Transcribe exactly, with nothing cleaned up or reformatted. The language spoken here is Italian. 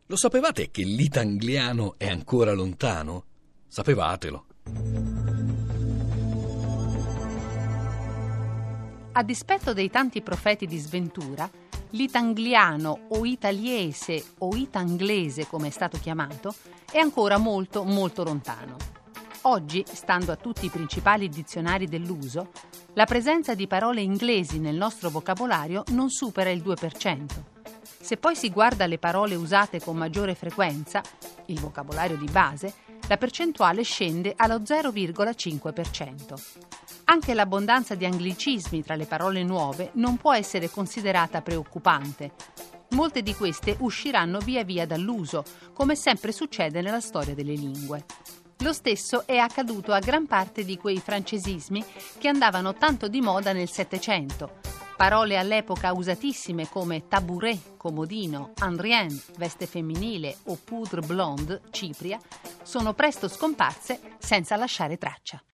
Lo sapevate che l'italiano è ancora lontano? Sapevatelo. A dispetto dei tanti profeti di sventura, l'itangliano o italiese o itanglese, come è stato chiamato, è ancora molto molto lontano. Oggi, stando a tutti i principali dizionari dell'uso, la presenza di parole inglesi nel nostro vocabolario non supera il due per cento. Se poi si guarda le parole usate con maggiore frequenza, il vocabolario di base, la percentuale scende allo zero virgola cinque per cento. Anche l'abbondanza di anglicismi tra le parole nuove non può essere considerata preoccupante. Molte di queste usciranno via via dall'uso, come sempre succede nella storia delle lingue. Lo stesso è accaduto a gran parte di quei francesismi che andavano tanto di moda nel Settecento. Parole all'epoca usatissime come tabouret, comodino, andrienne, veste femminile o poudre blonde, cipria, sono presto scomparse senza lasciare traccia.